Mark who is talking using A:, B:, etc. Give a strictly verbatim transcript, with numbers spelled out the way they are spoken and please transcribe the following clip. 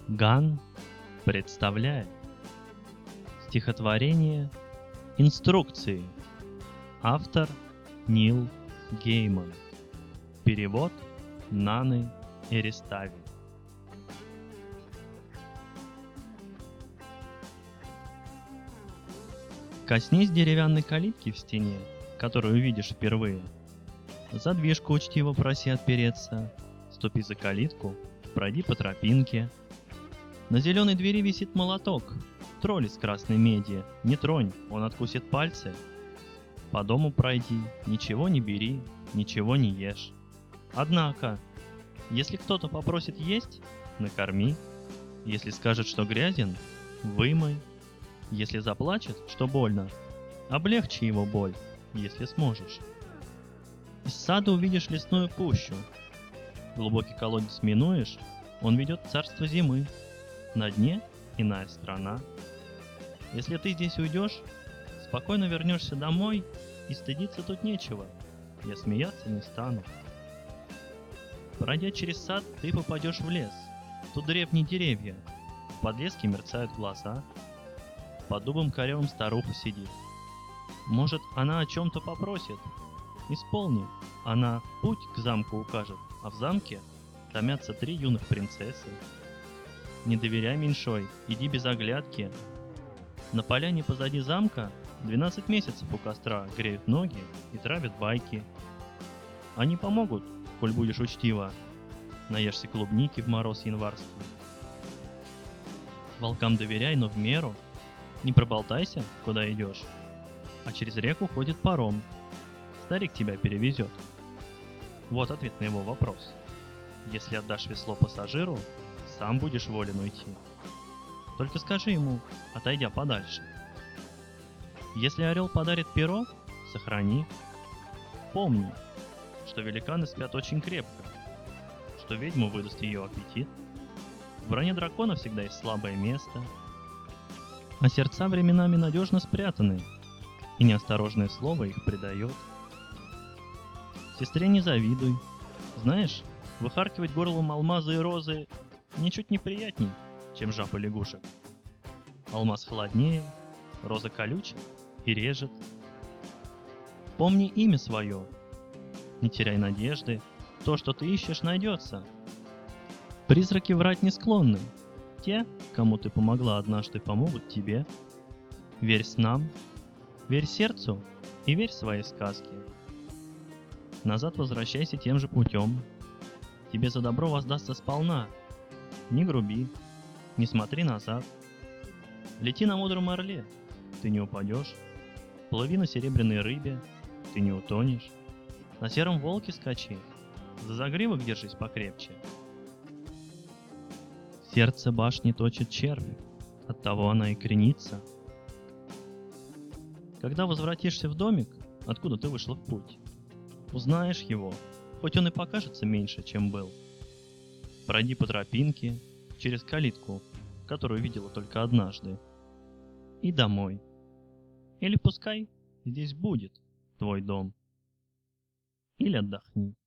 A: Ган представляет стихотворение «Инструкции». Автор Нил Гейман. Перевод Наны Эристави. Коснись деревянной калитки в стене, которую видишь впервые. Задвижку учтиво проси отпереться. Ступи за калитку, пройди по тропинке. На зеленой двери висит молоток. Тролль из красной меди. Не тронь, он откусит пальцы. По дому пройди, ничего не бери, ничего не ешь. Однако, если кто-то попросит есть, накорми. Если скажет, что грязен, вымой. Если заплачет, что больно, облегчи его боль, если сможешь. Из сада увидишь лесную пущу. Глубокий колодец минуешь, он ведет в царство зимы. На дне иная страна. Если ты здесь уйдешь, спокойно вернешься домой, и стыдиться тут нечего. Я смеяться не стану. Пройдя через сад, ты попадешь в лес. Тут древние деревья. В подлеске мерцают глаза. Под дубом корявым старуха сидит. Может, она о чем-то попросит. Исполни. Она путь к замку укажет, а в замке томятся три юных принцессы. Не доверяй меньшой, иди без оглядки. На поляне позади замка двенадцать месяцев у костра греют ноги и травят байки. Они помогут, коль будешь учтива. Наешься клубники в мороз январский. Волкам доверяй, но в меру. Не проболтайся, куда идешь. А через реку ходит паром. Старик тебя перевезет. Вот ответ на его вопрос. Если отдашь весло пассажиру, сам будешь волен уйти. Только скажи ему, отойдя подальше. Если орел подарит перо, сохрани. Помни, что великаны спят очень крепко, что ведьму выдаст ее аппетит. В броне дракона всегда есть слабое место, а сердца временами надежно спрятаны, и неосторожное слово их предает. Сестре не завидуй. Знаешь, выхаркивать горлом алмазы и розы ничуть не приятней, чем жаб и лягушек. Алмаз холоднее, роза колючая и режет. Помни имя свое. Не теряй надежды, то, что ты ищешь, найдется. Призраки врать не склонны. Те, кому ты помогла однажды, помогут тебе. Верь снам, верь сердцу и верь своей сказке. Назад возвращайся тем же путем. Тебе за добро воздастся сполна. Не груби, не смотри назад. Лети на мудром орле, ты не упадешь. Плыви на серебряной рыбе, ты не утонешь. На сером волке скачи, за загривок держись покрепче. Сердце башни точит червь, оттого она и кренится. Когда возвратишься в домик, откуда ты вышла в путь, узнаешь его, хоть он и покажется меньше, чем был. Пройди по тропинке, через калитку, которую видела только однажды, и домой. Или пускай здесь будет твой дом. Или отдохни.